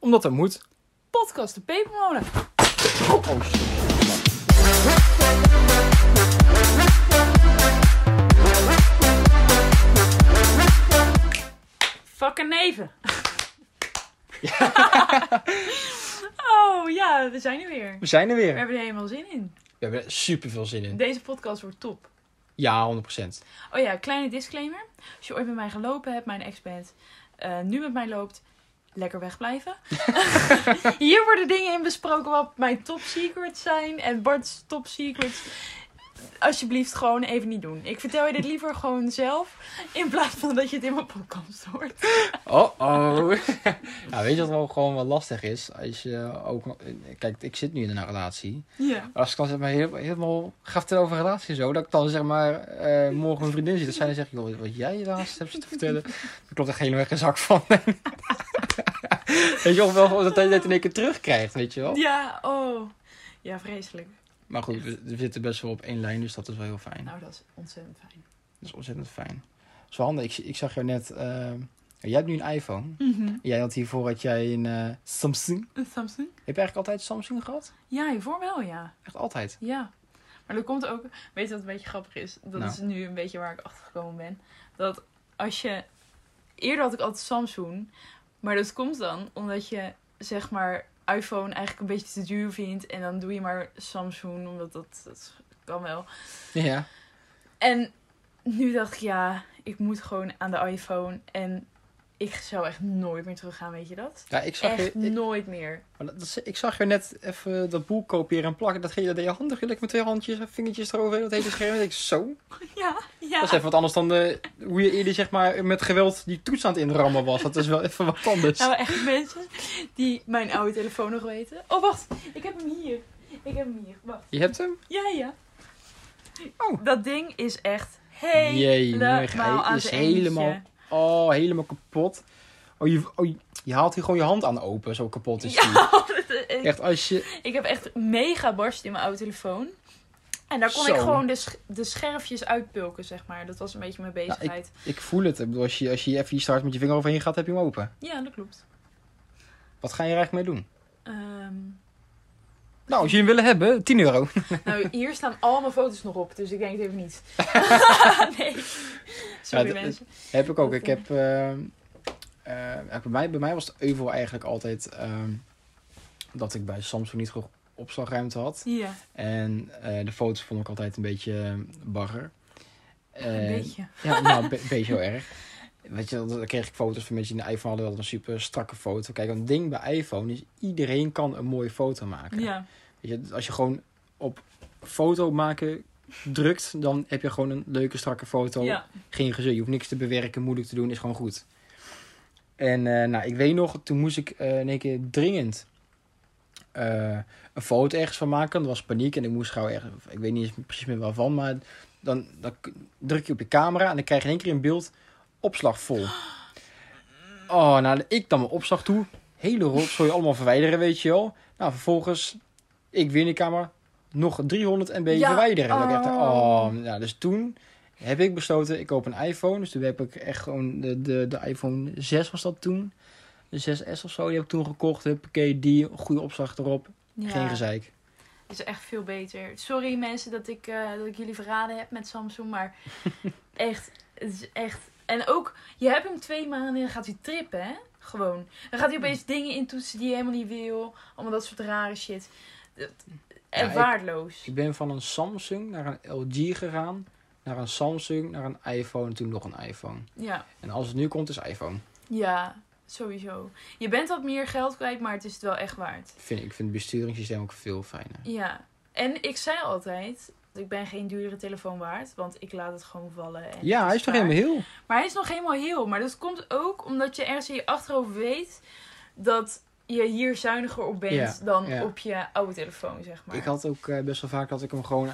Omdat dat moet. Podcast de Pepermolen. Oh shit. Fucking neven. Oh ja, we zijn er weer. We zijn er We weer. hebben er helemaal zin in. We hebben er super veel zin in. Deze podcast wordt top. Ja, 100%. Oh ja, kleine disclaimer. Als je ooit met mij gelopen hebt, mijn ex-band, nu met mij loopt, lekker wegblijven. Hier worden dingen in besproken wat mijn top secrets zijn en Bart's top secrets. Alsjeblieft gewoon even niet doen. Ik vertel je dit liever gewoon zelf, in plaats van dat je het in mijn podcast hoort. Oh. Ja, weet je wat wel gewoon wel lastig is? Als je ook... Kijk, ik zit nu in een relatie. Ja. Als ik dan zeg maar helemaal ga vertellen over relatie en zo, dat ik dan zeg maar morgen een vriendin zie, dat zij dan zegt, joh, wat jij laatst hebt zitten vertellen, daar klopt echt helemaal geen zak van. Weet je of wel gewoon dat je dat in één keer terugkrijgt, weet je wel? Ja, oh. Ja, vreselijk. Maar goed, we zitten best wel op één lijn, dus dat is wel heel fijn. Nou, dat is ontzettend fijn. Dat is ontzettend fijn. Zo handig, ik zag jou net, jij hebt nu een iPhone. Jij had hiervoor had jij een Samsung. Een Samsung? Heb je eigenlijk altijd Samsung gehad? Ja, hiervoor wel, ja. Echt altijd? Ja. Maar dat komt ook... Weet je wat een beetje grappig is? Dat Nou. is nu een beetje waar ik achter gekomen ben. Dat als je... Eerder had ik altijd Samsung. Maar dat komt dan omdat je, zeg maar, iPhone eigenlijk een beetje te duur vindt. En dan doe je maar Samsung, omdat dat kan wel. Ja. En nu dacht ik, ja, ik moet gewoon aan de iPhone. En ik zou echt nooit meer teruggaan, weet je dat? Ja, ik zag Echt je... nooit meer. Maar ik zag je net even dat boek kopiëren en plakken. Dat deed je handig. Lekker met twee handjes en vingertjes erover. Dat hele scherm. Dat ik zo. Ja. Dat is even wat anders dan hoe je eerder zeg maar met geweld die toets aan het inrammen was. Dat is wel even wat anders. Nou, echt mensen die mijn oude telefoon nog weten. Oh, wacht. Ik heb hem hier. Wacht. Je hebt hem? Ja. Oh. Dat ding is echt Jee, helemaal aan is zijn eentje. helemaal kapot. Je haalt hier gewoon je hand aan open. Zo kapot is die. Ja, Echt als je... ik heb echt mega barst in mijn oude telefoon. En daar kon Zo. ik gewoon de scherfjes uitpulken, zeg maar. Dat was een beetje mijn bezigheid. Ik voel het. Ik bedoel, als je even hier start met je vinger overheen gaat, heb je hem open. Ja, dat klopt. Wat ga je er eigenlijk mee doen? Ehm, Nou, als je hem willen hebben, €10. nou, hier staan allemaal foto's nog op. Dus ik denk het even niet. Nee. Sorry, Ja, mensen. Heb ik ook. Dat, Ik heb... bij mij was de euvel eigenlijk altijd dat ik bij Samsung niet genoeg opslagruimte had. Ja, En de foto's vond ik altijd een beetje bagger. een beetje. Ja, nou, een beetje heel erg. Weet je, dan kreeg ik foto's van mensen die een iPhone hadden. Dat was een super strakke foto. Kijk, een ding bij iPhone is iedereen kan een mooie foto maken. Ja. Weet je, als je gewoon op foto maken drukt, dan heb je gewoon een leuke strakke foto. Ja. Geen gezeur. Je hoeft niks te bewerken, moeilijk te doen. Is gewoon goed. En nou, ik weet nog, toen moest ik in één keer dringend een foto ergens van maken. Dat was paniek en ik moest gauw ergens, ik weet niet eens precies meer waarvan, maar dan druk je op je camera en dan krijg je in één keer een beeld opslag vol. Oh, nou, ik dan mijn opslag toe. Hele rotzooi allemaal verwijderen, weet je wel. Nou, vervolgens, ik weer in de camera, nog 300 MB Ja, verwijderen. En dan oh. nou, dus toen heb ik besloten, ik koop een iPhone. Dus toen heb ik echt gewoon de iPhone 6 was dat toen. De 6S of zo, die heb ik toen gekocht. Huppakee, die, goede opslag erop. Ja. Geen gezeik. Het is echt veel beter. Sorry mensen dat ik jullie verraden heb met Samsung, maar echt, het is echt... En ook, je hebt hem 2 maanden en dan gaat hij trippen, hè? Gewoon. Dan gaat hij opeens dingen intoetsen die je helemaal niet wil. Allemaal dat soort rare shit. En Ja, waardeloos. Ik ben van een Samsung naar een LG gegaan. Naar een Samsung, naar een iPhone en toen nog een iPhone. Ja. En als het nu komt, is iPhone. Ja, sowieso. Je bent wat meer geld kwijt, maar het is het wel echt waard. Ik vind het besturingssysteem ook veel fijner. Ja. En ik zei altijd, ik ben geen duurdere telefoon waard, want ik laat het gewoon vallen. En Ja, het hij is toch klaar. helemaal heel. Maar hij is nog helemaal heel. Maar dat komt ook omdat je ergens in je achterhoofd weet dat je hier zuiniger op bent Ja, dan ja. op je oude telefoon, zeg maar. Ik had ook best wel vaak dat ik hem gewoon...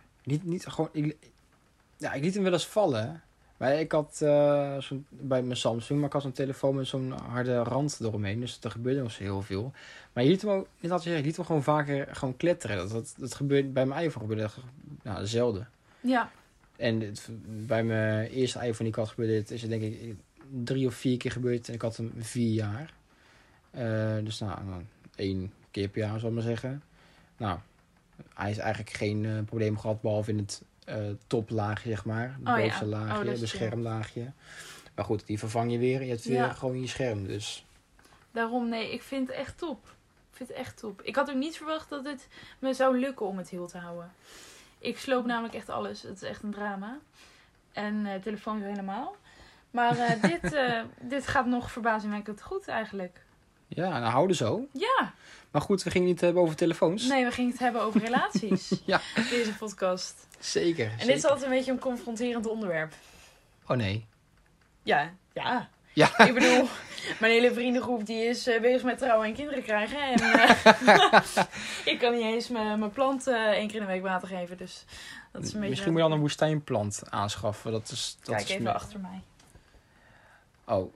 Ik liet hem wel eens vallen. Maar ik had bij mijn Samsung, maar ik had een telefoon met zo'n harde rand eromheen. Dus er gebeurde nog zo heel veel. Maar je liet hem ook, net als je zegt, je liet hem gewoon vaker gewoon kletteren. Dat gebeurde bij mijn iPhone gebeurde dat zelden. Ja. En bij mijn eerste iPhone die ik had gebeurde dit, is het denk ik 3 of 4 keer gebeurd. En ik had hem 4 jaar. Dus 1 keer per jaar, zal ik maar zeggen. Nou, hij is eigenlijk geen probleem gehad, behalve in het toplaagje, zeg maar. Het bovenste laagje, dat is beschermlaagje. Maar goed, die vervang je weer. Je hebt weer gewoon je scherm, dus. Daarom, nee, ik vind het echt top. Ik had ook niet verwacht dat het me zou lukken om het heel te houden. Ik sloop namelijk echt alles. Het is echt een drama. En telefoon helemaal. Maar dit gaat nog verbazingwekkend goed eigenlijk. Ja, nou houden zo. Ja. Maar goed, we gingen niet hebben over telefoons. Nee, we gingen het hebben over relaties. Ja. Deze podcast. Zeker. En dit is altijd een beetje een confronterend onderwerp. Oh nee. Ja. Ja. Ik bedoel, mijn hele vriendengroep die is bezig met trouwen en kinderen krijgen. En ik kan niet eens mijn plant 1 keer in de week water geven. Dus dat is een beetje... Misschien moet je dan een woestijnplant aanschaffen. Kijk even achter mij. Oh.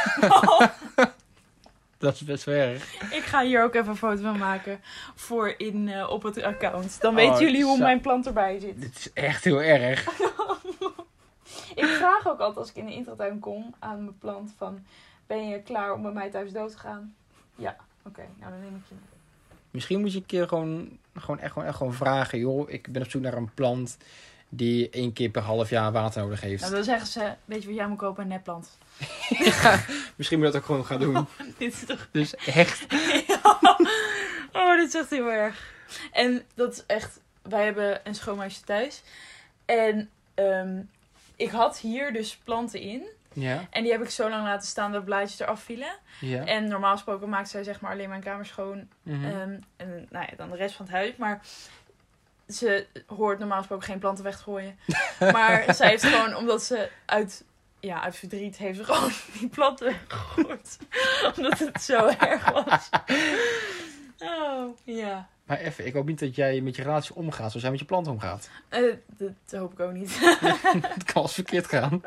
Dat is best wel erg. Ik ga hier ook even een foto van maken voor op het account. Dan weten jullie hoe mijn plant erbij zit. Dit is echt heel erg. Ik vraag ook altijd als ik in de intratuin kom aan mijn plant van... Ben je klaar om bij mij thuis dood te gaan? Ja, oké. Nou, dan neem ik je mee. Misschien moet je een keer gewoon vragen. Joh, ik ben op zoek naar een plant die 1 keer per half jaar water nodig heeft. Nou, dan zeggen ze, weet je wat jij moet kopen? Een nepplant. Ja, misschien moet je dat ook gewoon gaan doen. Dit is toch... Dus echt. Ja. Oh, dit is echt heel erg. En dat is echt... Wij hebben een schoonmeisje thuis. En ik had hier dus planten in. Ja. En die heb ik zo lang laten staan dat blaadjes eraf vielen. Ja. En normaal gesproken maakt zij zeg maar alleen mijn kamer schoon. Mhm. En nou ja, dan de rest van het huis. Maar ze hoort normaal gesproken geen planten weggooien. Maar zij heeft gewoon, omdat ze uit verdriet heeft ze gewoon die planten weggegooid. Omdat het zo erg was. Oh, ja. Maar even, ik hoop niet dat jij met je relatie omgaat zoals jij met je plant omgaat. Dat hoop ik ook niet. Het kan als verkeerd gaan.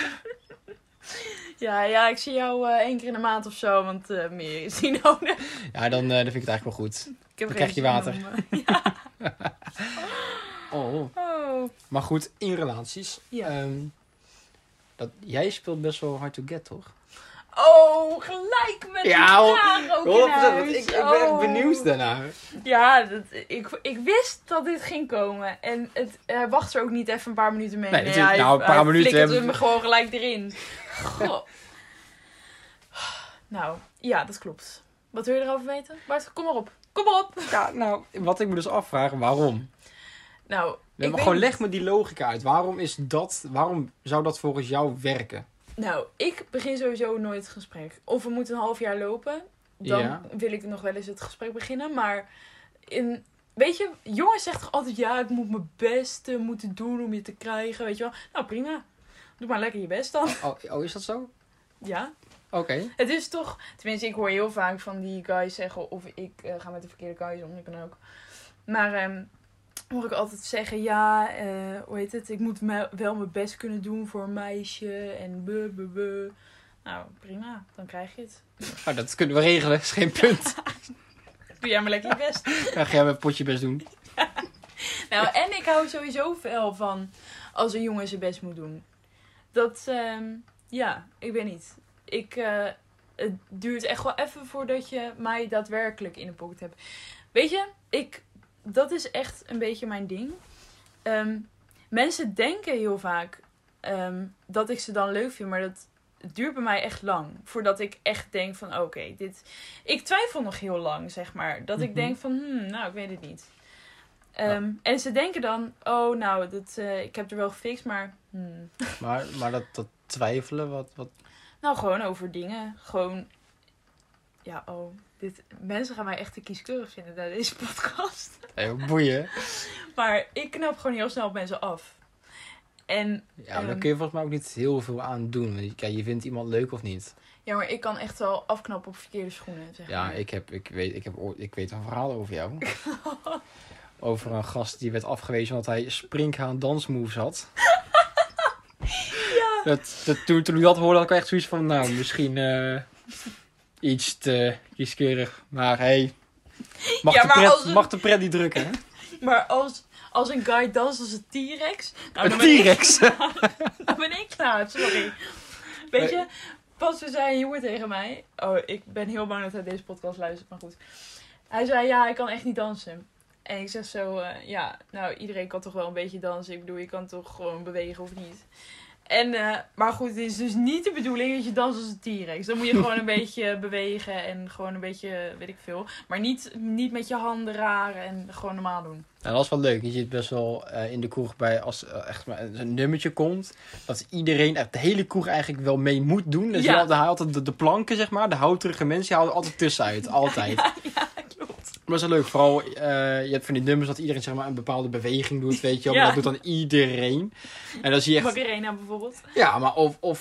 Ja, ik zie jou 1 keer in de maand of zo, want meer is niet nodig. Ja, dan vind ik het eigenlijk wel goed. Dan krijg je water. Ja. Oh. Maar goed, in relaties. Ja. Jij speelt best wel hard to get, toch? Oh, gelijk met die vraag ook in huis. Ik ben echt benieuwd daarna. Ja, ik wist dat dit ging komen. En hij wacht er ook niet even een paar minuten mee. Nee, hij een paar minuten flikkert me gewoon gelijk erin. Goh. Nou, ja, dat klopt. Wat wil je erover weten? Bart, kom maar op. Ja, nou, wat ik me dus afvraag, waarom? Nou, leg me die logica uit. Waarom zou dat volgens jou werken? Nou, ik begin sowieso nooit het gesprek. Of we moeten een half jaar lopen. Dan wil ik nog wel eens het gesprek beginnen. Maar weet je, jongens zeggen toch altijd... Ja, ik moet mijn beste moeten doen om je te krijgen. Weet je wel? Nou, prima. Doe maar lekker je best dan. Oh, is dat zo? Ja. Oké. Het is toch... Tenminste, ik hoor heel vaak van die guys zeggen... Of ik ga met de verkeerde guys om. Ik kan ook. Maar... hoor ik altijd zeggen, ja, hoe heet het? Ik moet wel mijn best kunnen doen voor een meisje en Nou, prima, dan krijg je het. Nou, dat kunnen we regelen, is geen punt. Doe jij maar lekker je best. Ja, ga jij mijn potje best doen. Nou, en ik hou sowieso wel van als een jongen zijn best moet doen. Dat, ik weet niet. Het duurt echt wel even voordat je mij daadwerkelijk in de pocket hebt. Weet je, dat is echt een beetje mijn ding. Mensen denken heel vaak dat ik ze dan leuk vind. Maar dat duurt bij mij echt lang. Voordat ik echt denk van oké, dit... Ik twijfel nog heel lang, zeg maar. Dat ik denk van, ik weet het niet. En ze denken dan, oh nou, ik heb er wel gefixt, maar... Maar dat twijfelen, wat... Nou, gewoon over dingen. Gewoon... Ja, mensen gaan mij echt te kieskeurig vinden naar deze podcast. Heel boeien. Maar ik knap gewoon heel snel op mensen af. En... Ja, maar daar kun je volgens mij ook niet heel veel aan doen. Kijk, je vindt iemand leuk of niet. Ja, maar ik kan echt wel afknappen op verkeerde schoenen, zeg maar. Ja, ik weet een verhaal over jou. Over een gast die werd afgewezen omdat hij springhaan dansmoves had. Ja. Toen hij dat hoorde, had ik echt zoiets van, nou, misschien iets te kieskeurig. Maar hey, mag de pret niet drukken, hè? Maar als een guy danst als een T-Rex... Nou, een T-Rex? Dan ben ik klaar, sorry. Weet je, pas zei een jongen tegen mij. Oh, ik ben heel bang dat hij deze podcast luistert, maar goed. Hij zei, ja, ik kan echt niet dansen. En ik zeg zo, ja, nou, iedereen kan toch wel een beetje dansen. Ik bedoel, je kan toch gewoon bewegen of niet. En, maar goed, het is dus niet de bedoeling dat je danst als een T-Rex. Dan moet je gewoon een beetje bewegen en gewoon een beetje, weet ik veel. Maar niet met je handen raar en gewoon normaal doen. En dat is wel leuk. Je ziet best wel in de kroeg bij als echt maar een nummertje komt. Dat iedereen, echt de hele kroeg eigenlijk wel mee moet doen. Dus je altijd de planken, zeg maar. De houterige mensen, die houden altijd tussenuit. Altijd. Ja, klopt. Maar dat is wel leuk. Vooral, je hebt van die nummers dat iedereen zeg maar een bepaalde beweging doet. Weet je wel. Maar dat doet dan iedereen. En dan zie je echt... Macarena bijvoorbeeld. Ja, maar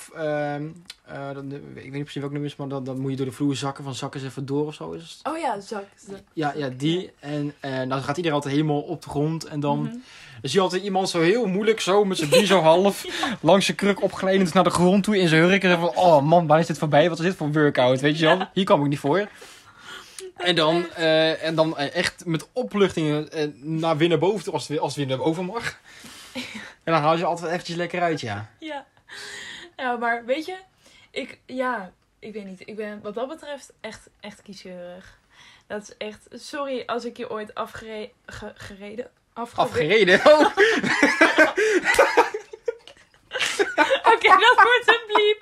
ik weet niet precies welk nummer is, maar dan moet je door de vloer zakken. Van zakken ze even door of zo is het. Oh ja, zak. Ja, die. En dan gaat iedereen altijd helemaal op de grond. En dan zie je altijd iemand zo heel moeilijk zo met zijn bie zo half langs zijn kruk opgeleid naar de grond toe in zijn hurk. En van, oh man, waar is dit voorbij? Wat is dit voor workout? Weet je wel? Ja. Hier kwam ik niet voor. En dan echt met opluchting naar weer naar boven toe, als het weer naar boven mag. En dan haal je ze altijd eventjes lekker uit, ja. Ja, maar weet je, ik weet niet. Ik ben wat dat betreft echt kieskeurig. Dat is echt, sorry als ik je ooit afgereden? Afgereden? Oh. Oké, dat wordt een bliep.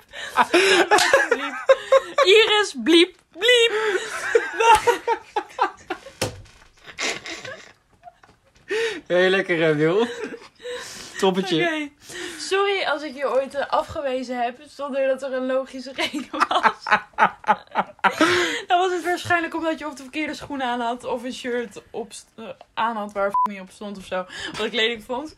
Iris, bliep. Heel lekker, Wil. Toppetje. Okay. Sorry als ik je ooit afgewezen heb zonder dat er een logische reden was. Dan was het waarschijnlijk omdat je of de verkeerde schoenen aan had of een shirt aan had waar niet op stond of zo. Wat ik lelijk vond.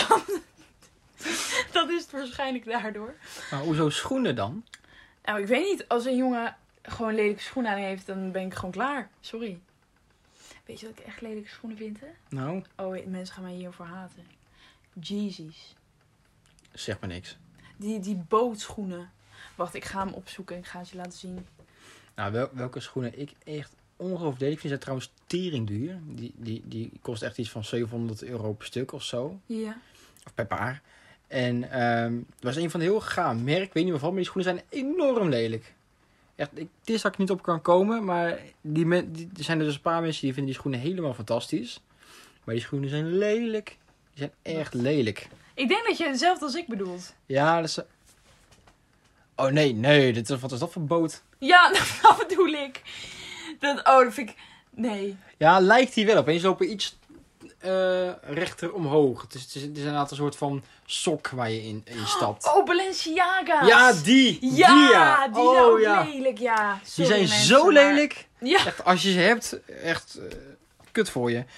Dan is het waarschijnlijk daardoor. Maar hoezo schoenen dan? Nou, ik weet niet. Als een jongen gewoon lelijke schoenen aan heeft, dan ben ik gewoon klaar. Sorry. Weet je wat ik echt lelijke schoenen vind, hè? Nou? Oh, mensen gaan mij hiervoor haten. Yeezys. Zeg maar niks. Die bootschoenen. Wacht, ik ga hem opzoeken en ik ga het je laten zien. Nou, welke schoenen ik echt ongelooflijk vind, zijn trouwens teringduur. Die kost echt iets van €700 per stuk of zo. Ja. Of per paar. En het was een van de heel gaaf merk. Ik weet niet waarvan, maar die schoenen zijn enorm lelijk. Echt, het is dat ik niet op kan komen, maar er zijn er dus een paar mensen die vinden die schoenen helemaal fantastisch. Maar die schoenen zijn lelijk. Die zijn echt lelijk. Ik denk dat je hetzelfde als ik bedoelt. Ja, dat is... Oh nee. Wat is dat voor boot? Ja, dat bedoel ik. Dat vind ik... Nee. Ja, lijkt hij wel op. En ze lopen iets rechter omhoog. Het is inderdaad een soort van sok waar je in stapt. Oh, Balenciaga's. Ja, die. Die zijn ook ja. lelijk, ja. Sorry, die zijn mensen, zo lelijk. Ja. Echt, als je ze hebt, echt kut voor je.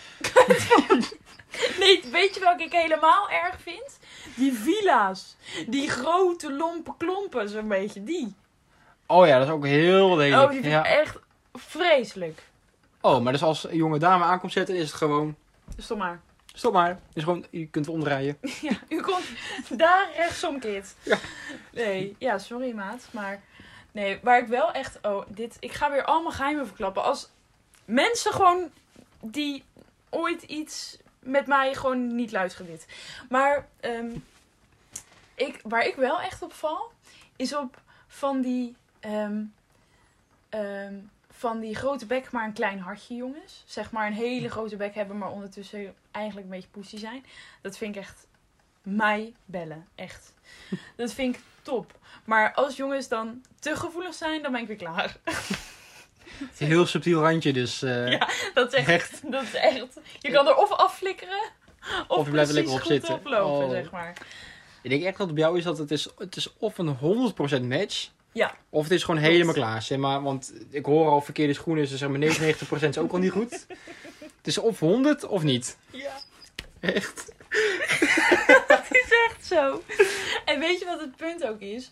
Nee, weet je welke ik helemaal erg vind? Die villa's. Die grote lompe klompen, zo'n beetje. Die. Oh ja, dat is ook heel lelijk. Oh, die vind ik echt vreselijk. Oh, maar dus als een jonge dame aankomt zetten, is het gewoon... Stop maar. Stop maar. Is gewoon, je kunt wel omdraaien. Ja, u komt daar rechtsom, kid. Ja. Nee, ja, sorry maat. Maar nee, waar ik wel echt... ik ga weer allemaal geheimen verklappen. Als mensen gewoon die ooit iets met mij gewoon niet luisteren dit. Maar waar ik wel echt op val, is op van die grote bek, maar een klein hartje jongens. Zeg maar een hele grote bek hebben, maar ondertussen eigenlijk een beetje poesie zijn. Dat vind ik echt mij bellen. Echt. Dat vind ik top. Maar als jongens dan te gevoelig zijn, dan ben ik weer klaar. Een heel subtiel randje, dus... Ja, dat is echt. Dat is echt. Je kan er of afflikkeren, of je blijft er lekker op zitten. Oplopen, zeg maar. Ik denk echt dat het bij jou is dat het is of een 100% match. Ja. Of het is gewoon helemaal klaar. Zeg maar, want ik hoor al verkeerde schoenen, dus zeg maar 99% is ook al niet goed. Het is of 100 of niet. Ja. Echt. Dat is echt zo. En weet je wat het punt ook is?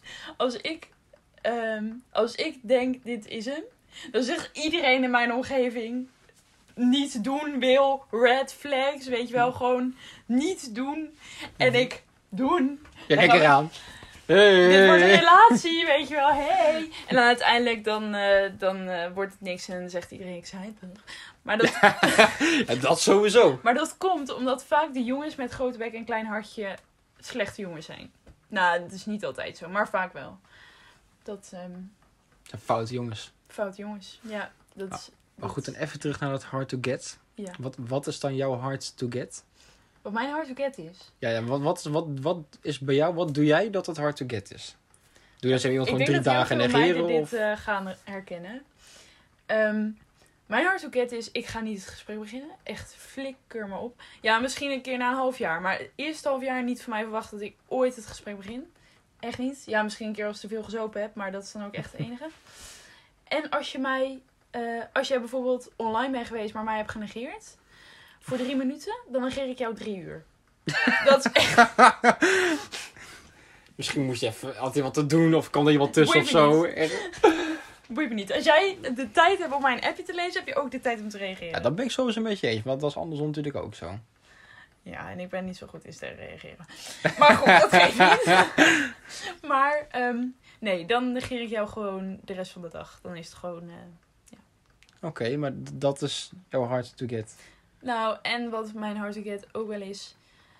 Als ik denk, dit is hem, dan zegt iedereen in mijn omgeving, niet doen wil, red flags, weet je wel, gewoon niet doen. En ik, doen. Ja, lekker aan. Hey. Dit wordt een relatie, weet je wel, hey. En dan uiteindelijk, dan wordt het niks en dan zegt iedereen, ik zei het nog. Maar dat... Ja, dat sowieso. Maar dat komt omdat vaak de jongens met grote bek en klein hartje slechte jongens zijn. Nou, dat is niet altijd zo, maar vaak wel. Dat zijn foute jongens. fout jongens. Ja, dat is... Maar goed, en even terug naar dat hard to get. Ja. Wat is dan jouw hard to get? Wat mijn hard to get is. Ja, wat is bij jou, wat doe jij dat het hard to get is? Doe je dan zo iemand gewoon 3 dagen negeren? Ik denk dat dit gaan herkennen. Mijn hard to get is, ik ga niet het gesprek beginnen. Echt, flikker me op. Ja, misschien een keer na een half jaar. Maar het eerste half jaar niet van mij verwacht dat ik ooit het gesprek begin. Echt niet. Ja, misschien een keer als ik te veel gezopen heb. Maar dat is dan ook echt het enige. En als jij bijvoorbeeld online bent geweest, maar mij hebt genegeerd. Voor 3 minuten, dan negeer ik jou 3 uur. Dat is echt... Misschien moest je even, had iemand te doen of kwam er iemand tussen Boeit me of zo. Boeit me niet. Als jij de tijd hebt om mijn appje te lezen, heb je ook de tijd om te reageren. Ja, dat ben ik sowieso een beetje eens. Want dat was andersom natuurlijk ook zo. Ja, en ik ben niet zo goed in te reageren. Maar goed, dat geeft niet. Maar nee, dan negeer ik jou gewoon de rest van de dag. Dan is het gewoon... Oké, maar dat is jouw hard to get. Nou, en wat mijn hard to get ook wel is...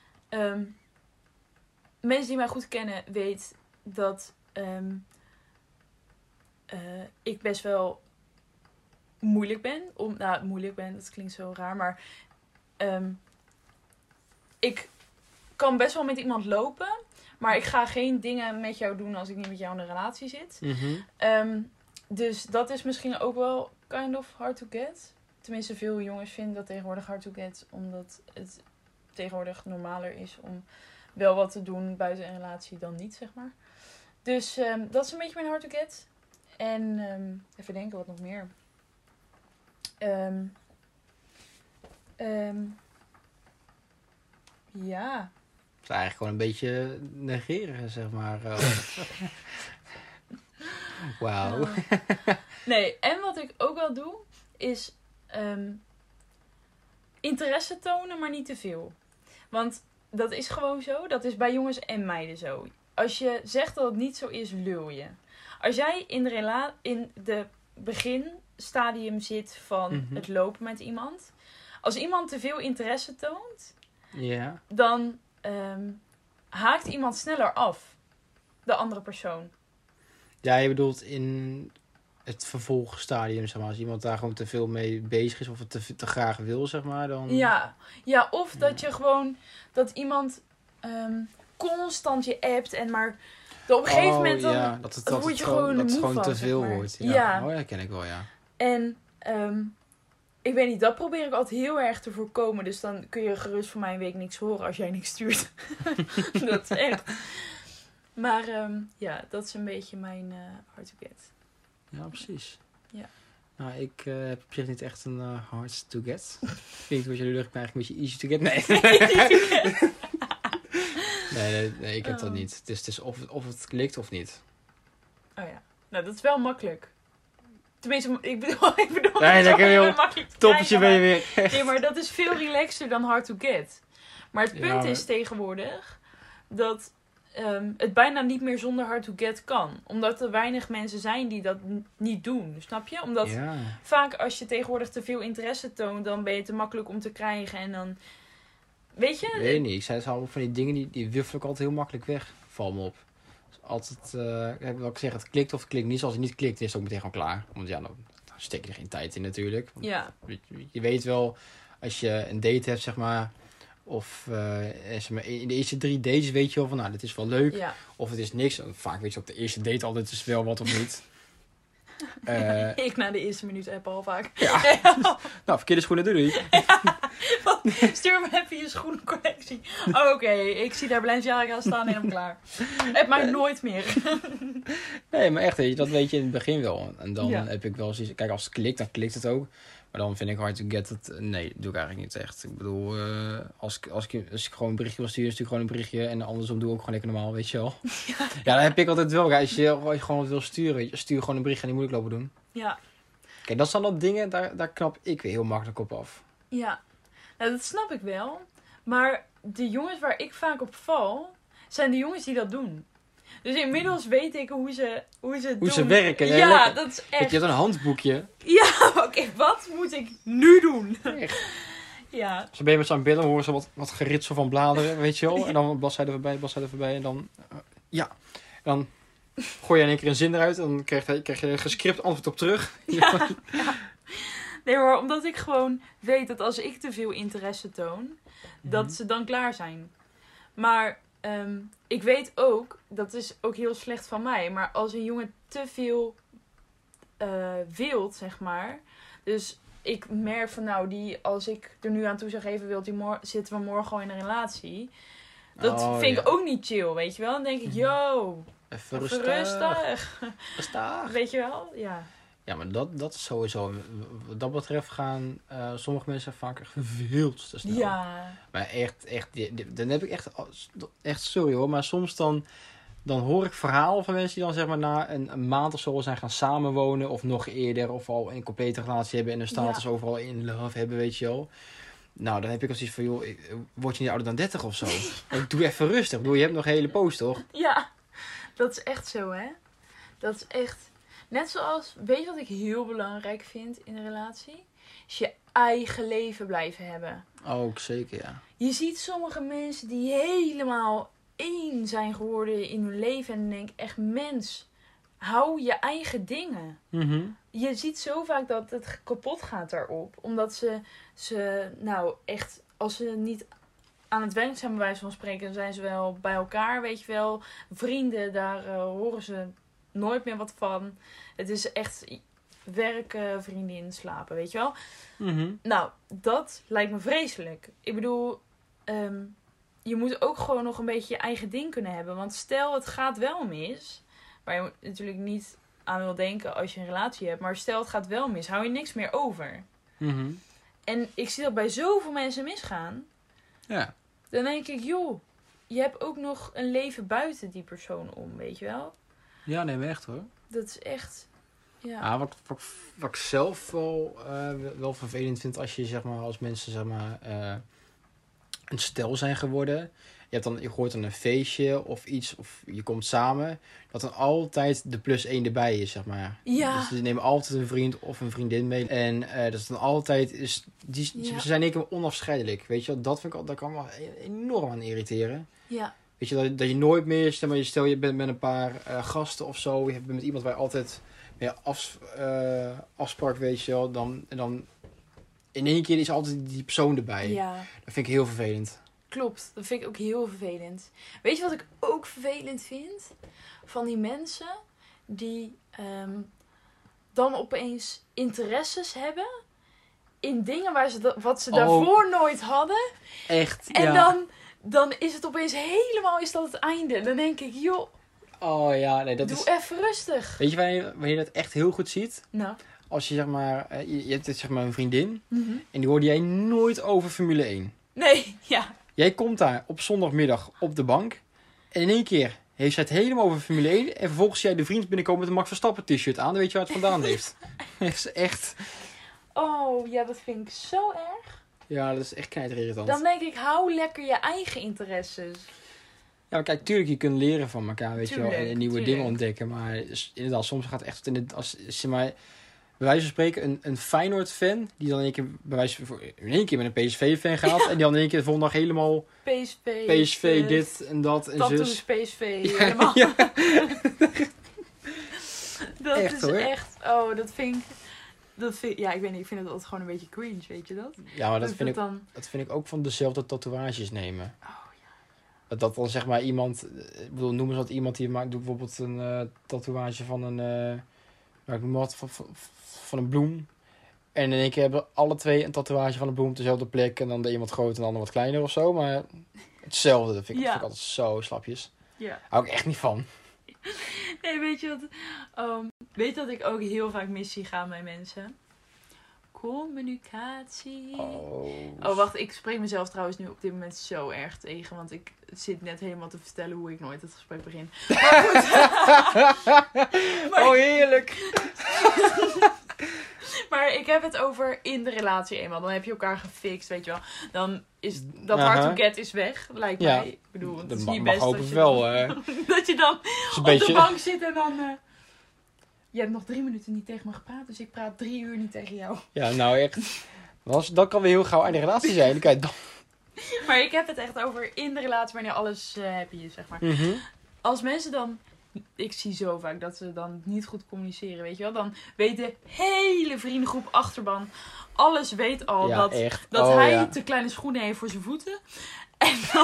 mensen die mij goed kennen weten dat ik best wel moeilijk ben. Moeilijk ben, dat klinkt zo raar, maar ik kan best wel met iemand lopen, maar ik ga geen dingen met jou doen als ik niet met jou in een relatie zit. Mm-hmm. Dus dat is misschien ook wel kind of hard to get. Tenminste, veel jongens vinden dat tegenwoordig hard to get, omdat het tegenwoordig normaler is om wel wat te doen buiten een relatie dan niet, zeg maar. Dus dat is een beetje mijn hard to get. En even denken, wat nog meer. Ja. Het is eigenlijk gewoon een beetje negeren, zeg maar. Wauw. Nee, en wat ik ook wel doe, is interesse tonen, maar niet te veel. Want dat is gewoon zo. Dat is bij jongens en meiden zo. Als je zegt dat het niet zo is, lul je. Als jij in de beginstadium zit van het lopen met iemand. Als iemand te veel interesse toont, dan haakt iemand sneller af. De andere persoon. Ja, je bedoelt in het vervolgstadium, zeg maar. Als iemand daar gewoon te veel mee bezig is of het te graag wil, zeg maar, dan... Ja, of dat je gewoon... Dat iemand constant je appt en maar... Op een gegeven moment dan word je gewoon dat het moe gewoon van, te veel zeg maar. wordt. Ja. Oh, dat ken ik wel, ja. En ik weet niet, dat probeer ik altijd heel erg te voorkomen. Dus dan kun je gerust van mij een week niks horen als jij niks stuurt. Dat is echt. Maar dat is een beetje mijn hard to get. Ja, precies. Ja. Nou, ik heb op zich niet echt een hard to get. Klinkt wat jullie lucht eigenlijk een beetje easy to get. Nee, ik heb dat niet. Het is of het klikt of niet. Oh ja. Nou, dat is wel makkelijk. Tenminste, ik bedoel nee, dat kan je wel makkelijk toppetje ben je weer. Nee, maar dat is veel relaxter dan hard to get. Maar het punt is tegenwoordig dat het bijna niet meer zonder hard to get kan. Omdat er weinig mensen zijn die dat niet doen. Snap je? Omdat vaak als je tegenwoordig te veel interesse toont, dan ben je te makkelijk om te krijgen. En dan... Weet je? Weet niet. Ik zei het allemaal van die dingen die wiffel ik altijd heel makkelijk weg. Val me op. Dus altijd, wat ik zeg, het klikt of het klikt niet. Als het niet klikt, is het ook meteen gewoon klaar. Want ja, dan steek je er geen tijd in natuurlijk. Want je weet wel, als je een date hebt, zeg maar... Of in de eerste 3 dates weet je wel van, nou, dit is wel leuk. Ja. Of het is niks. Vaak weet je op de eerste date altijd is wel wat of niet. Ik na de eerste minuut app al vaak. Ja. Nou, verkeerde schoenen, doei. Stuur me even je schoenencollectie. Oké, ik zie daar Balenciaga staan en helemaal klaar. Heb mij nooit meer. Nee, maar echt, dat weet je in het begin wel. En dan heb ik wel zoiets... Kijk, als het klikt, dan klikt het ook. Maar dan vind ik hard to get het... Nee, dat doe ik eigenlijk niet echt. Ik bedoel, als ik gewoon een berichtje wil sturen, stuur ik gewoon een berichtje. En andersom doe ik ook gewoon lekker normaal, weet je wel. Ja, dat heb ik altijd wel. Als je gewoon wat wil sturen, stuur gewoon een berichtje en die moet ik lopen doen. Ja. Kijk, dat zijn dan dingen, daar knap ik weer heel makkelijk op af. Ja, nou, dat snap ik wel. Maar de jongens waar ik vaak op val, zijn de jongens die dat doen. Dus inmiddels weet ik hoe ze doen. Ze werken. Ja, lekker. dat is echt... Je hebt een handboekje. Ja, oké, wat moet ik nu doen? Echt. Ja. Zo ben je met zo'n billen, horen ze wat geritsel van bladeren, weet je wel. En dan bladzijde voorbij en dan... Dan gooi je in één keer een zin eruit en dan krijg je een gescript antwoord op terug. Ja. Nee hoor, omdat ik gewoon weet dat als ik te veel interesse toon, dat ze dan klaar zijn. Maar ik weet ook, dat is ook heel slecht van mij, maar als een jongen te veel wilt, zeg maar. Dus ik merk van als ik er nu aan toe zou geven, zitten we morgen gewoon in een relatie. Dat vind ik ook niet chill, weet je wel. Dan denk ik, yo, even rustig. Rustig. Weet je wel, ja. Ja, maar dat is sowieso. Wat dat betreft gaan sommige mensen vaak echt veel te snel. Ja. Maar echt, dan heb ik echt, sorry hoor, maar soms dan hoor ik verhalen van mensen die dan zeg maar na een maand of zo zijn gaan samenwonen of nog eerder of al een complete relatie hebben en hun status overal in love hebben, weet je wel. Nou, dan heb ik al zoiets van, joh, word je niet ouder dan 30 of zo? Doe even rustig. Ik bedoel, je hebt nog een hele poos, toch? Ja, dat is echt zo, hè. Dat is echt... Net zoals, weet je wat ik heel belangrijk vind in een relatie? Is je eigen leven blijven hebben. Ook zeker, ja. Je ziet sommige mensen die helemaal één zijn geworden in hun leven. En dan denk ik echt, mens, hou je eigen dingen. Mm-hmm. Je ziet zo vaak dat het kapot gaat daarop. Omdat ze nou echt, als ze niet aan het werk zijn bij wijze van spreken, dan zijn ze wel bij elkaar, weet je wel. Vrienden, daar horen ze nooit meer wat van. Het is echt werken, vriendin, slapen, weet je wel. Mm-hmm. Nou, dat lijkt me vreselijk. Ik bedoel, je moet ook gewoon nog een beetje je eigen ding kunnen hebben. Want stel, het gaat wel mis, waar je natuurlijk niet aan wil denken als je een relatie hebt. Maar stel, het gaat wel mis, hou je niks meer over. Mm-hmm. En ik zie dat bij zoveel mensen misgaan. Ja. Dan denk ik, joh, je hebt ook nog een leven buiten die persoon om, weet je wel. Ja, nee, maar echt hoor. Dat is echt, ja. Ah, wat ik zelf wel vervelend vind als je, zeg maar, als mensen, zeg maar, een stel zijn geworden. Je hoort dan een feestje of iets, of je komt samen. Dat dan altijd de +1 erbij is, zeg maar. Ja. Dus ze nemen altijd een vriend of een vriendin mee. En dat is dan altijd, ze zijn een keer onafscheidelijk. Weet je wel, dat kan me enorm aan irriteren. Ja. Weet je, dat je nooit meer, stel je bent met een paar gasten of zo. Je bent met iemand waar je altijd mee afsprak, weet je wel. En dan in één keer is altijd die persoon erbij. Ja. Dat vind ik heel vervelend. Klopt, dat vind ik ook heel vervelend. Weet je wat ik ook vervelend vind? Van die mensen die dan opeens interesses hebben in dingen wat ze daarvoor nooit hadden. Echt, En dan is het opeens helemaal is dat het einde. Dan denk ik, joh, oh ja, nee, doe even rustig. Weet je waar je dat echt heel goed ziet? Nou. Als je, zeg maar, je hebt zeg maar een vriendin. Mm-hmm. En die hoorde jij nooit over Formule 1. Nee, ja. Jij komt daar op zondagmiddag op de bank. En in één keer heeft zij het helemaal over Formule 1. En vervolgens zie jij de vriend binnenkomen met een Max Verstappen t-shirt aan. Dan weet je waar het vandaan heeft. Dat is echt... Oh, ja, dat vind ik zo erg. Ja, dat is echt knijterirritant. Dan denk ik, hou lekker je eigen interesses. Ja, maar kijk, tuurlijk, je kunt leren van elkaar, weet je wel. En nieuwe dingen ontdekken. Maar inderdaad, soms gaat het echt als zeg maar, bij wijze van spreken, een Feyenoord-fan, die dan in één keer met een PSV-fan gaat. Ja. En die dan in één keer de volgende dag helemaal PSV dit en dat en tattoos, zus. PSV, helemaal. Ja. Dat echt, is hoor. Echt, oh, dat vind ik, ja, ik weet niet, ik vind het altijd gewoon een beetje cringe, weet je dat? Ja, maar dat vind ik ook van dezelfde tatoeages nemen. Oh, ja. Dat dan zeg maar iemand, ik bedoel, noem eens wat, iemand die maakt, doet bijvoorbeeld een tatoeage van een, van een bloem. En in één keer hebben alle twee een tatoeage van een bloem op dezelfde plek. En dan de een wat groter en de ander wat kleiner of zo. Maar hetzelfde, dat vind ik altijd zo slapjes. Ja. Hou ik echt niet van. Nee, weet je wat ik ook heel vaak mis zie gaan bij mensen? Communicatie. Oh, wacht, ik spreek mezelf trouwens nu op dit moment zo erg tegen. Want ik zit net helemaal te vertellen hoe ik nooit het gesprek begin. Maar goed. Oh, heerlijk. Maar ik heb het over in de relatie eenmaal. Dan heb je elkaar gefixt, weet je wel. Dan is dat hard to get is weg, lijkt mij. Ik bedoel, het is niet best dat je wel, dat je dan op de bank zit en dan... je hebt nog 3 minuten niet tegen me gepraat, dus ik praat 3 uur niet tegen jou. Ja, nou echt. Dat kan weer heel gauw aan de relatie zijn. Dan kan je dan... Maar ik heb het echt over in de relatie wanneer alles happy is, zeg maar. Mm-hmm. Als mensen dan ik zie zo vaak dat ze dan niet goed communiceren, weet je wel. Dan weet de hele vriendengroep achterban, alles weet al Ja, dat echt. hij te kleine schoenen heeft voor zijn voeten. En dan...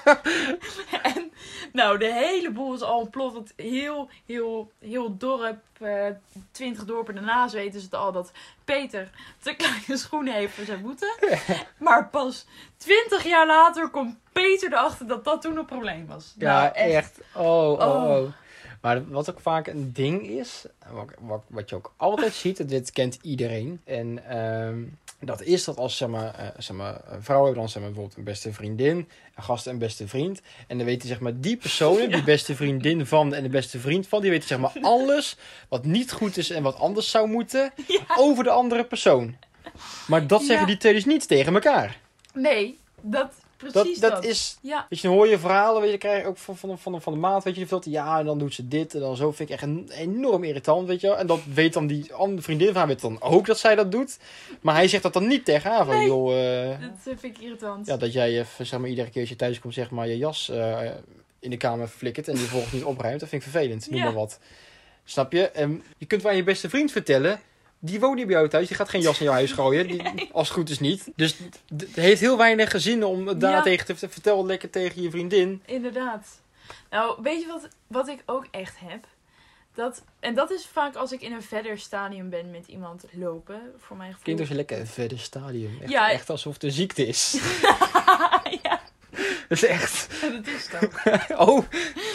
en nou, de hele boel is al ontploft. Want heel dorp, 20 dorpen daarnaast weten ze het al dat Peter te kleine schoenen heeft voor zijn voeten. Maar pas 20 jaar later komt Peter erachter dat dat toen een probleem was. Ja, Nou, echt. Oh. Maar wat ook vaak een ding is, wat je ook altijd ziet, dit kent iedereen. En dat is dat als vrouwen hebben dan bijvoorbeeld een beste vriendin, een gast en een beste vriend. En dan weten die personen, die beste vriendin van en de beste vriend van, die weten alles wat niet goed is en wat anders zou moeten over de andere persoon. Maar dat zeggen die twee dus niet tegen elkaar. Nee, precies dat is... Ja. Weet je, dan hoor je verhalen, weet je, krijg je ook van de maat, weet je, die vertelt, ja, en dan doet ze dit en dan zo. Vind ik echt enorm irritant, weet je wel. En dat weet dan die andere vriendin van haar, weet dan ook dat zij dat doet. Maar hij zegt dat dan niet tegen haar, van, nee, joh... dat vind ik irritant. Ja, dat jij iedere keer als je thuis komt, je jas in de kamer flikkert en die vervolgens niet opruimt. Dat vind ik vervelend, noem maar wat. Snap je? Je kunt wel aan je beste vriend vertellen... Die woont niet bij jou thuis. Die gaat geen jas in jouw huis gooien. Als het goed is niet. Dus het heeft heel weinig zin om het daar tegen te vertellen. Lekker tegen je vriendin. Inderdaad. Nou, weet je wat ik ook echt heb? Dat is vaak als ik in een verder stadium ben met iemand lopen. Voor mijn gevoel. Klinkt dus lekker een verder stadium. Echt alsof het een ziekte is. Ja. Dat is echt. Ja, dat is het ook.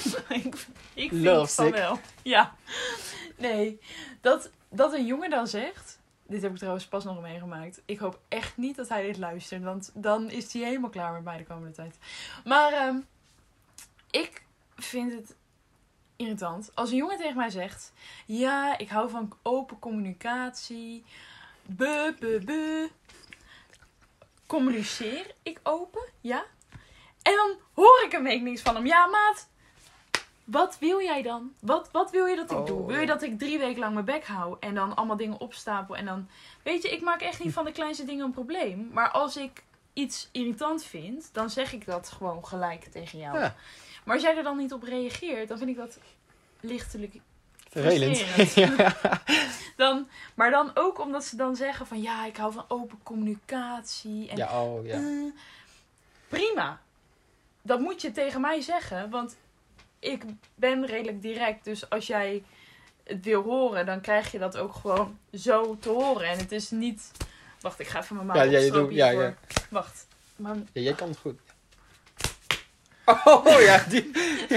ik vind het van wel. Ja. Nee. Dat een jongen dan zegt... Dit heb ik trouwens pas nog meegemaakt. Ik hoop echt niet dat hij dit luistert. Want dan is hij helemaal klaar met mij de komende tijd. Maar ik vind het irritant. Als een jongen tegen mij zegt... Ja, ik hou van open communicatie. Communiceer ik open? Ja. En dan hoor ik een week niks van hem. Ja, maat... Wat wil jij dan? Wat wil je dat ik doe? Wil je dat ik 3 weken lang mijn bek hou en dan allemaal dingen opstapel en dan... Weet je, ik maak echt niet van de kleinste dingen een probleem. Maar als ik iets irritant vind, dan zeg ik dat gewoon gelijk tegen jou. Ja. Maar als jij er dan niet op reageert, dan vind ik dat lichtelijk vervelend. Ja. Maar dan ook omdat ze dan zeggen van ja, ik hou van open communicatie. En, prima. Dat moet je tegen mij zeggen, want... Ik ben redelijk direct, dus als jij het wil horen, dan krijg je dat ook gewoon zo te horen. En het is niet... Wacht, ik ga even mijn maat opstropen hiervoor. Ja. Wacht. Maar... Ja, jij kan het goed. Oh ja, die...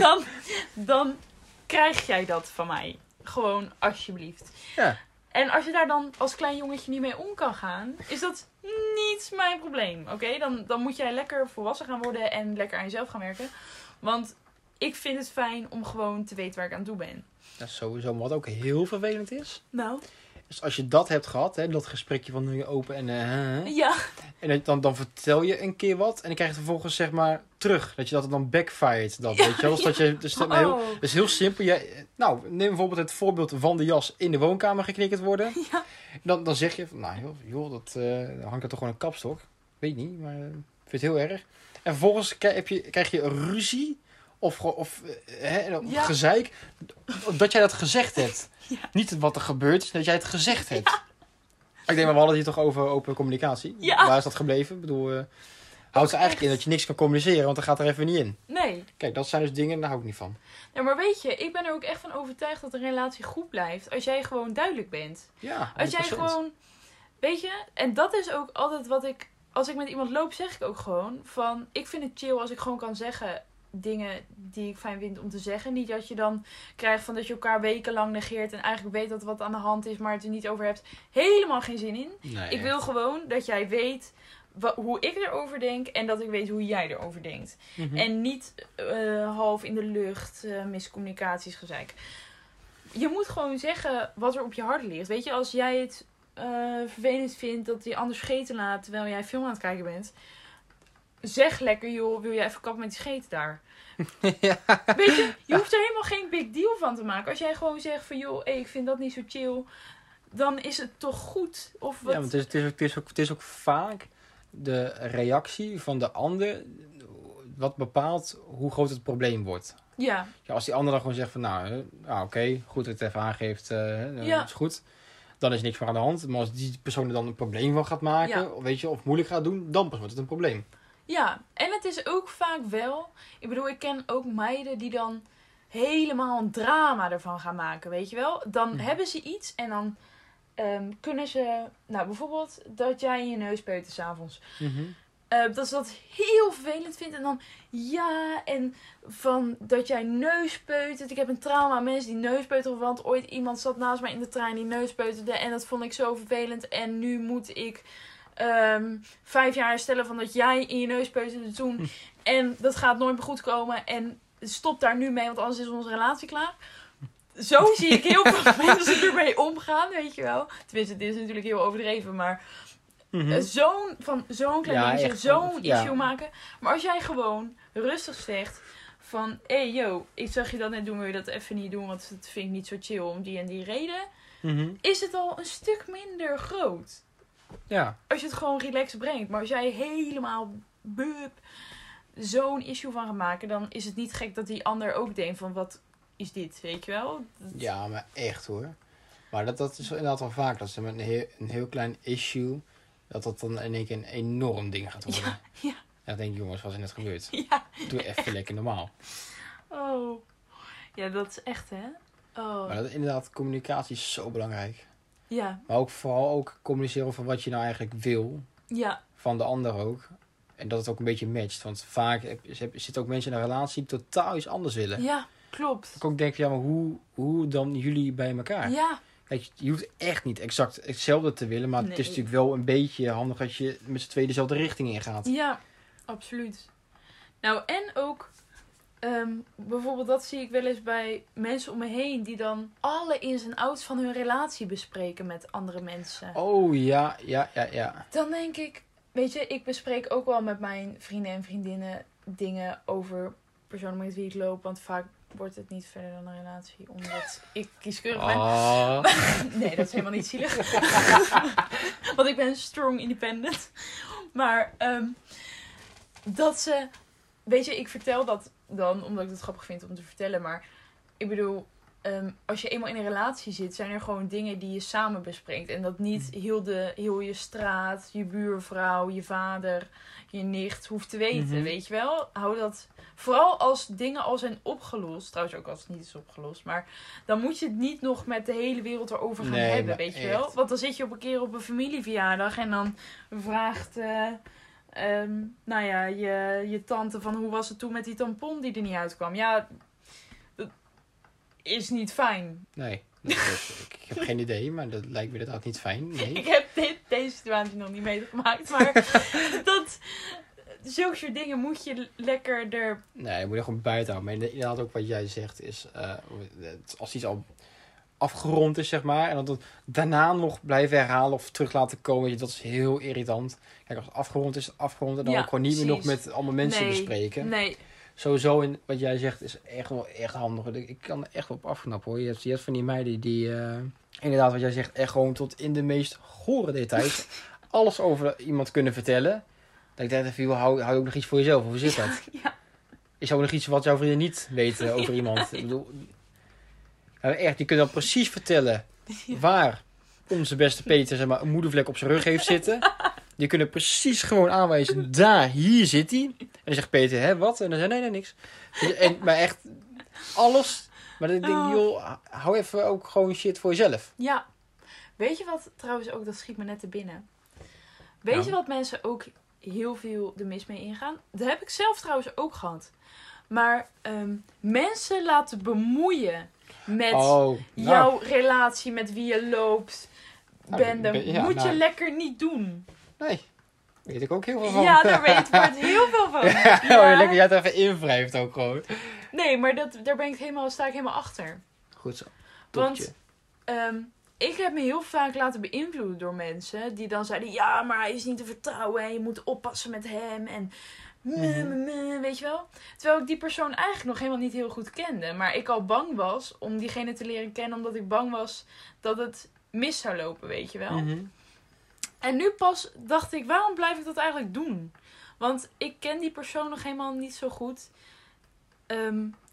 dan krijg jij dat van mij. Gewoon, alsjeblieft. Ja. En als je daar dan als klein jongetje niet mee om kan gaan, is dat niet mijn probleem. Oké? Dan moet jij lekker volwassen gaan worden en lekker aan jezelf gaan werken. Want... Ik vind het fijn om gewoon te weten waar ik aan toe ben. Dat is sowieso. Wat ook heel vervelend is. Nou? Dus als je dat hebt gehad, hè, dat gesprekje van nu open en... Ja. En dan vertel je een keer wat. En dan krijg je vervolgens terug. Dat je dat dan backfired. Dat, weet je wel. Dus dat is heel simpel. Neem bijvoorbeeld het voorbeeld van de jas in de woonkamer geknikkerd worden. Ja. Dan zeg je, joh, dat hangt er toch gewoon een kapstok. Weet niet, maar ik vind het heel erg. En vervolgens krijg je een ruzie... Of gezeik, dat jij dat gezegd hebt. Ja. Niet wat er gebeurt, dat jij het gezegd hebt. Ja. Ik denk, maar we hadden het hier toch over open communicatie. Ja. Waar is dat gebleven? Ik bedoel, houdt ze eigenlijk in dat je niks kan communiceren, want dan gaat er even niet in. Nee. Kijk, dat zijn dus dingen, daar hou ik niet van. Ja, maar weet je, ik ben er ook echt van overtuigd dat een relatie goed blijft als jij gewoon duidelijk bent. Ja, 100%. Als jij gewoon, weet je, en dat is ook altijd als ik met iemand loop, zeg ik ook gewoon van, ik vind het chill als ik gewoon kan zeggen... dingen die ik fijn vind om te zeggen. Niet dat je dan krijgt van dat je elkaar wekenlang negeert en eigenlijk weet dat er wat aan de hand is, maar het er niet over hebt. Helemaal geen zin in. Nee, ik wil gewoon dat jij weet hoe ik erover denk en dat ik weet hoe jij erover denkt. Mm-hmm. En niet half in de lucht, miscommunicaties, gezeik. Je moet gewoon zeggen wat er op je hart ligt. Weet je, als jij het vervelend vindt dat die ander scheten laat terwijl jij film aan het kijken bent, zeg lekker, joh, wil jij even kappen met die scheten daar? Ja. Weet je hoeft er helemaal geen big deal van te maken. Als jij gewoon zegt van, joh, ik vind dat niet zo chill, dan is het toch goed? Of wat? Ja, maar het is ook vaak de reactie van de ander wat bepaalt hoe groot het probleem wordt. Ja. Ja, als die ander dan gewoon zegt van, nou, oké, goed dat het even aangeeft, Ja. is goed. Dan is niks meer aan de hand. Maar als die persoon er dan een probleem van gaat maken, Ja. weet je, of moeilijk gaat doen, dan pas wordt het een probleem. Ja, en het is ook vaak wel... Ik bedoel, ik ken ook meiden die dan helemaal een drama ervan gaan maken, weet je wel? Dan hebben ze iets en dan kunnen ze... Nou, bijvoorbeeld dat jij in je neus peutert 's avonds. Dat ze dat heel vervelend vindt. En dan, ja, en van dat jij neuspeutert. Ik heb een trauma aan mensen die neuspeuteren. Want ooit iemand zat naast mij in de trein die neuspeuterde. En dat vond ik zo vervelend. En nu moet ik 5 jaar herstellen van dat jij in je neuspeuterde toen. En dat gaat nooit meer goed komen. En stop daar nu mee, want anders is onze relatie klaar. Zo zie ik heel veel mensen ermee omgaan, weet je wel. Tenminste, dit is natuurlijk heel overdreven, maar... Zo'n klein dingetje, echt, zo'n ja. issue maken. Maar als jij gewoon rustig zegt van... Hey, yo, ik zag je dat net doen, wil je dat even niet doen? Want dat vind ik niet zo chill om die en die reden. Is het al een stuk minder groot. Ja. Als je het gewoon relaxed brengt. Maar als jij helemaal zo'n issue van gaat maken... dan is het niet gek dat die ander ook denkt van... Wat is dit, weet je wel? Ja, maar echt hoor. Maar dat is inderdaad wel vaak. Dat is een heel klein issue... dat dan in één keer een enorm ding gaat worden. Ja. Ja, dan denk ik, jongens, wat is er net gebeurd? Ja. Doe even lekker normaal. Oh. Ja, dat is echt, hè? Oh. Maar inderdaad, communicatie is zo belangrijk. Ja. Maar ook vooral ook communiceren over wat je nou eigenlijk wil. Ja. Van de ander ook. En dat het ook een beetje matcht. Want vaak zitten ook mensen in een relatie die totaal iets anders willen. Ja, klopt. Ik ook denk van, ja, maar hoe dan jullie bij elkaar? Ja. Kijk, je hoeft echt niet exact hetzelfde te willen. Maar het is natuurlijk wel een beetje handig als je met z'n tweeën dezelfde richting ingaat. Ja, absoluut. Nou, en ook... bijvoorbeeld dat zie ik wel eens bij mensen om me heen... die dan alle ins en outs van hun relatie bespreken met andere mensen. Oh, ja. Dan denk ik... Weet je, ik bespreek ook wel met mijn vrienden en vriendinnen... dingen over personen met wie ik loop. Want vaak wordt het niet verder dan een relatie. Omdat ik kieskeurig ben. Oh. Nee, dat is helemaal niet zielig. Want ik ben strong independent. Maar dat ze... Weet je, ik vertel dat dan omdat ik het grappig vind om te vertellen. Maar ik bedoel, als je eenmaal in een relatie zit, zijn er gewoon dingen die je samen bespreekt. En dat niet heel je straat, je buurvrouw, je vader, je nicht hoeft te weten, weet je wel? Hou dat... Vooral als dingen al zijn opgelost. Trouwens ook als het niet is opgelost. Maar dan moet je het niet nog met de hele wereld erover gaan hebben, weet je wel? Want dan zit je op een keer op een familieverjaardag en dan vraagt... nou ja, je tante van hoe was het toen met die tampon die er niet uitkwam. Ja, dat is niet fijn. Nee, ik heb geen idee, maar dat lijkt me inderdaad niet fijn. Nee. Ik heb deze situatie nog niet meegemaakt, maar zulke soort dingen moet je lekker er... Nee, je moet er gewoon buiten houden. Maar inderdaad ook wat jij zegt is, als iets al afgerond is, zeg maar, en dan daarna nog blijven herhalen of terug laten komen, dat is heel irritant. Kijk, als het afgerond is, afgerond en dan ook gewoon niet meer nog met allemaal mensen bespreken. Nee. Sowieso, in wat jij zegt, is echt wel echt handig. Ik kan er echt wel op afknappen, hoor. Je hebt van die meiden die, inderdaad, wat jij zegt, echt gewoon tot in de meest gore details alles over iemand kunnen vertellen. Dat ik denk even, hou je ook nog iets voor jezelf? Hoe zit dat? Ja. Is er ook nog iets wat jouw vrienden niet weten over iemand? Ik bedoel, echt, die kunnen dan precies vertellen waar onze beste Peter, zeg maar, een moedervlek op zijn rug heeft zitten. Die kunnen precies gewoon aanwijzen, hier zit hij. En dan zegt Peter, hè, wat? En dan zegt nee, niks. Maar echt, alles. Maar dan denk ik, joh, hou even ook gewoon shit voor jezelf. Ja. Weet je wat, trouwens ook, dat schiet me net te binnen. Weet je wat mensen ook heel veel de mis mee ingaan? Dat heb ik zelf trouwens ook gehad. Maar mensen laten bemoeien met jouw relatie, met wie je loopt. Moet je lekker niet doen. Nee, weet ik ook heel veel van. Ja, daar weet ik heel veel van. Lekker, jij het even invrijft ook gewoon. Nee, maar daar sta ik helemaal achter. Goed zo. Want ik heb me heel vaak laten beïnvloeden door mensen die dan zeiden, ja, maar hij is niet te vertrouwen en je moet oppassen met hem en weet je wel. Terwijl ik die persoon eigenlijk nog helemaal niet heel goed kende. Maar ik al bang was om diegene te leren kennen, omdat ik bang was dat het mis zou lopen, weet je wel. En nu pas dacht ik, waarom blijf ik dat eigenlijk doen? Want ik ken die persoon nog helemaal niet zo goed.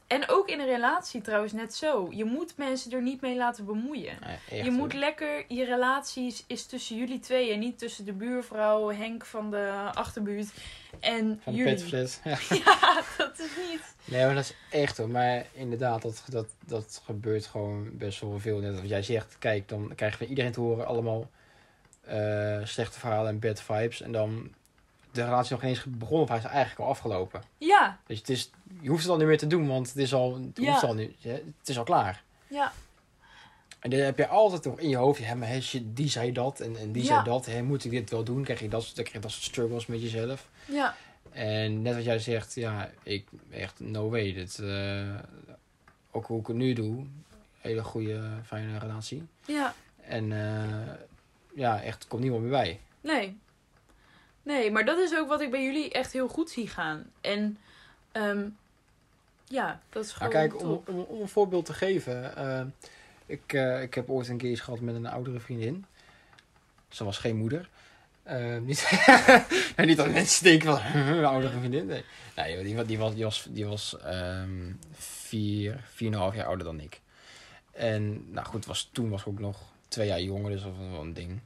En ook in een relatie trouwens net zo. Je moet mensen er niet mee laten bemoeien. Nee, Je moet lekker, je relatie is tussen jullie twee en niet tussen de buurvrouw, Henk van de achterbuurt en van de jullie. petfles. Ja. Ja, dat is niet. Nee, maar dat is echt hoor. Maar inderdaad, dat gebeurt gewoon best wel veel. Net als jij zegt, kijk, dan krijgen we iedereen te horen allemaal slechte verhalen en bad vibes. En dan de relatie nog eens begonnen of hij is eigenlijk al afgelopen. Ja. Dus je hoeft het al niet meer te doen, want het is al klaar. Ja. En dan heb je altijd nog in je hoofd, ja, maar die zei dat en die zei dat. Moet ik dit wel doen? Krijg je dat soort struggles met jezelf. Ja. En net wat jij zegt, ja, ik echt no way. Ook hoe ik het nu doe, hele goede, fijne relatie. Ja. En echt, komt niemand meer bij. Nee, maar dat is ook wat ik bij jullie echt heel goed zie gaan. En dat is gewoon Kijk, top. om een voorbeeld te geven. Ik heb ooit een keer iets gehad met een oudere vriendin. Ze was geen moeder. Niet dat mensen denken van een oudere vriendin. Nee, die was 4,5 jaar ouder dan ik. En nou goed, toen was ik ook nog 2 jaar jonger, dus dat was wel een ding.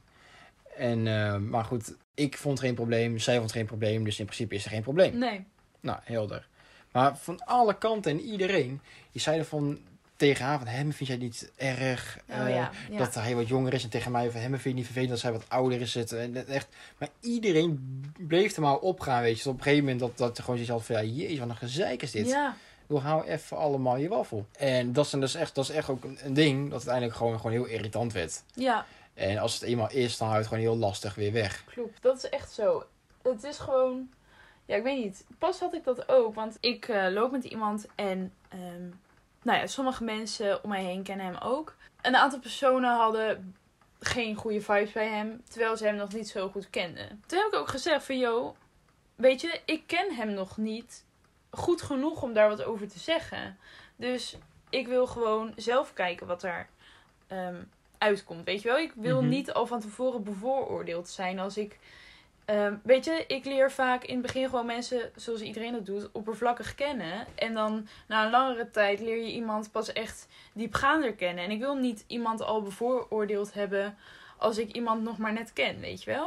Maar goed, ik vond geen probleem, zij vond geen probleem, dus in principe is er geen probleem. Nee. Nou, helder. Maar van alle kanten en iedereen, die zeiden van tegen haar van hem vind jij niet erg dat hij wat jonger is en tegen mij van hem vind je niet vervelend dat zij wat ouder is. Echt. Maar iedereen bleef er maar opgaan, weet je. Dus op een gegeven moment dat je gewoon zoiets had van ja, jezus, wat een gezeik is dit. Ja. We hou even allemaal je waffel. En dat is echt ook een ding dat uiteindelijk gewoon heel irritant werd. Ja. En als het eenmaal is, dan houdt het gewoon heel lastig weer weg. Klopt, dat is echt zo. Het is gewoon, ja, ik weet niet. Pas had ik dat ook, want ik loop met iemand en sommige mensen om mij heen kennen hem ook. Een aantal personen hadden geen goede vibes bij hem, terwijl ze hem nog niet zo goed kenden. Toen heb ik ook gezegd van, joh, weet je, ik ken hem nog niet goed genoeg om daar wat over te zeggen. Dus ik wil gewoon zelf kijken wat er uitkomt, weet je wel. Ik wil niet al van tevoren bevooroordeeld zijn als ik... weet je, ik leer vaak in het begin gewoon mensen, zoals iedereen dat doet, oppervlakkig kennen. En dan na een langere tijd leer je iemand pas echt diepgaander kennen. En ik wil niet iemand al bevooroordeeld hebben als ik iemand nog maar net ken, weet je wel.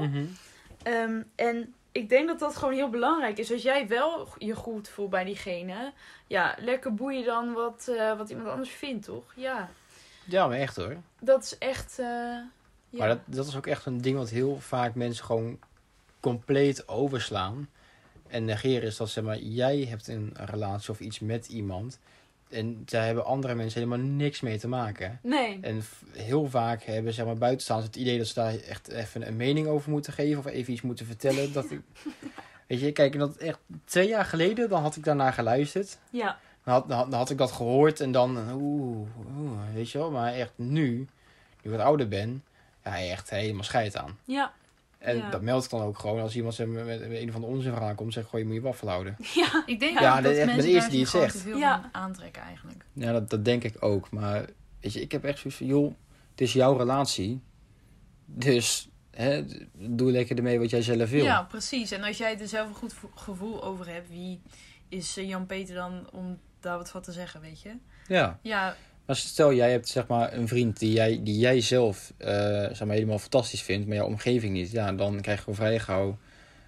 En ik denk dat dat gewoon heel belangrijk is. Als jij wel je goed voelt bij diegene, ja, lekker boeien dan wat iemand anders vindt, toch? Ja. Ja, maar echt hoor. Dat is echt... Maar dat is ook echt een ding wat heel vaak mensen gewoon compleet overslaan. En negeren is dat, zeg maar, jij hebt een relatie of iets met iemand. En daar hebben andere mensen helemaal niks mee te maken. Nee. En heel vaak hebben, zeg maar, buitenstaanders het idee dat ze daar echt even een mening over moeten geven. Of even iets moeten vertellen. Weet je, kijk, dat echt 2 jaar geleden, dan had ik daarnaar geluisterd. Ja. Dan had ik dat gehoord en dan, weet je wel. Maar echt nu ik wat ouder ben, ja, echt helemaal scheid aan. Ja. En dat meld ik dan ook gewoon. Als iemand met een van de onzin verhaal komt, zeg gewoon, je moet je waffel houden. Ja. Ik denk dat dat echt mensen de eerste daar die het zich gewoon zegt. te veel Ja. van aantrekken eigenlijk. Ja, dat denk ik ook. Maar weet je, ik heb echt zoiets van, joh, het is jouw relatie. Dus doe lekker ermee wat jij zelf wil. Ja, precies. En als jij er zelf een goed gevoel over hebt, wie is Jan-Peter dan om daar wat van te zeggen, weet je? Ja. Ja, Maar stel, jij hebt zeg maar een vriend die jij zelf zeg maar, helemaal fantastisch vindt, maar jouw omgeving niet. Ja, dan krijg je gewoon vrij gauw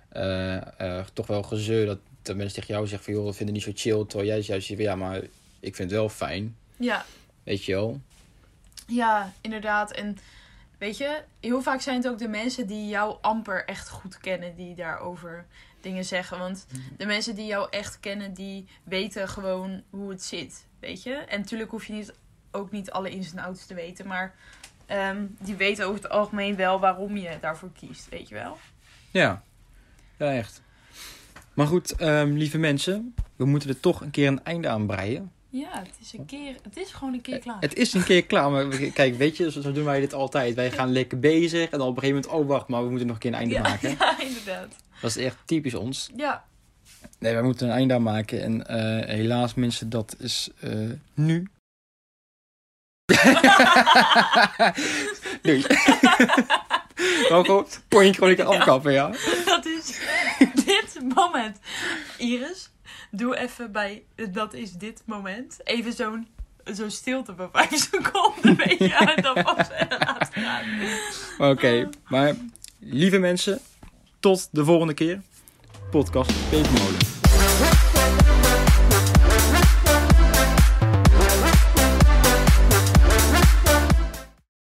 toch wel gezeur dat mensen tegen jou zeggen van, joh, dat vinden niet zo chill. Terwijl jij juist zegt van, ja, maar ik vind het wel fijn. ja. Weet je wel? Ja, inderdaad. En weet je, heel vaak zijn het ook de mensen die jou amper echt goed kennen die daarover dingen zeggen. Want de mensen die jou echt kennen, die weten gewoon hoe het zit, weet je. En natuurlijk hoef je ook niet alle ins en outs te weten, maar die weten over het algemeen wel waarom je daarvoor kiest, weet je wel. Ja, ja echt. Maar goed, lieve mensen, we moeten er toch een keer een einde aan breien. Ja, het is gewoon een keer klaar. Het is een keer klaar, maar kijk, weet je, zo doen wij dit altijd. Wij gaan lekker bezig en dan op een gegeven moment, wacht, maar we moeten nog een keer een einde maken. Ja, inderdaad. Dat is echt typisch ons. Ja. Nee, wij moeten een einde aan maken en helaas mensen, dat is nu. Doei. Kon je gewoon een keer afkappen, ja? Dat is dit moment. Iris, Doe even bij dat is dit moment. Even zo'n stilte van 5 seconden. Weet je, en dan pas verder laten gaan. Oké, maar lieve mensen, tot de volgende keer. Podcast Pepermolen.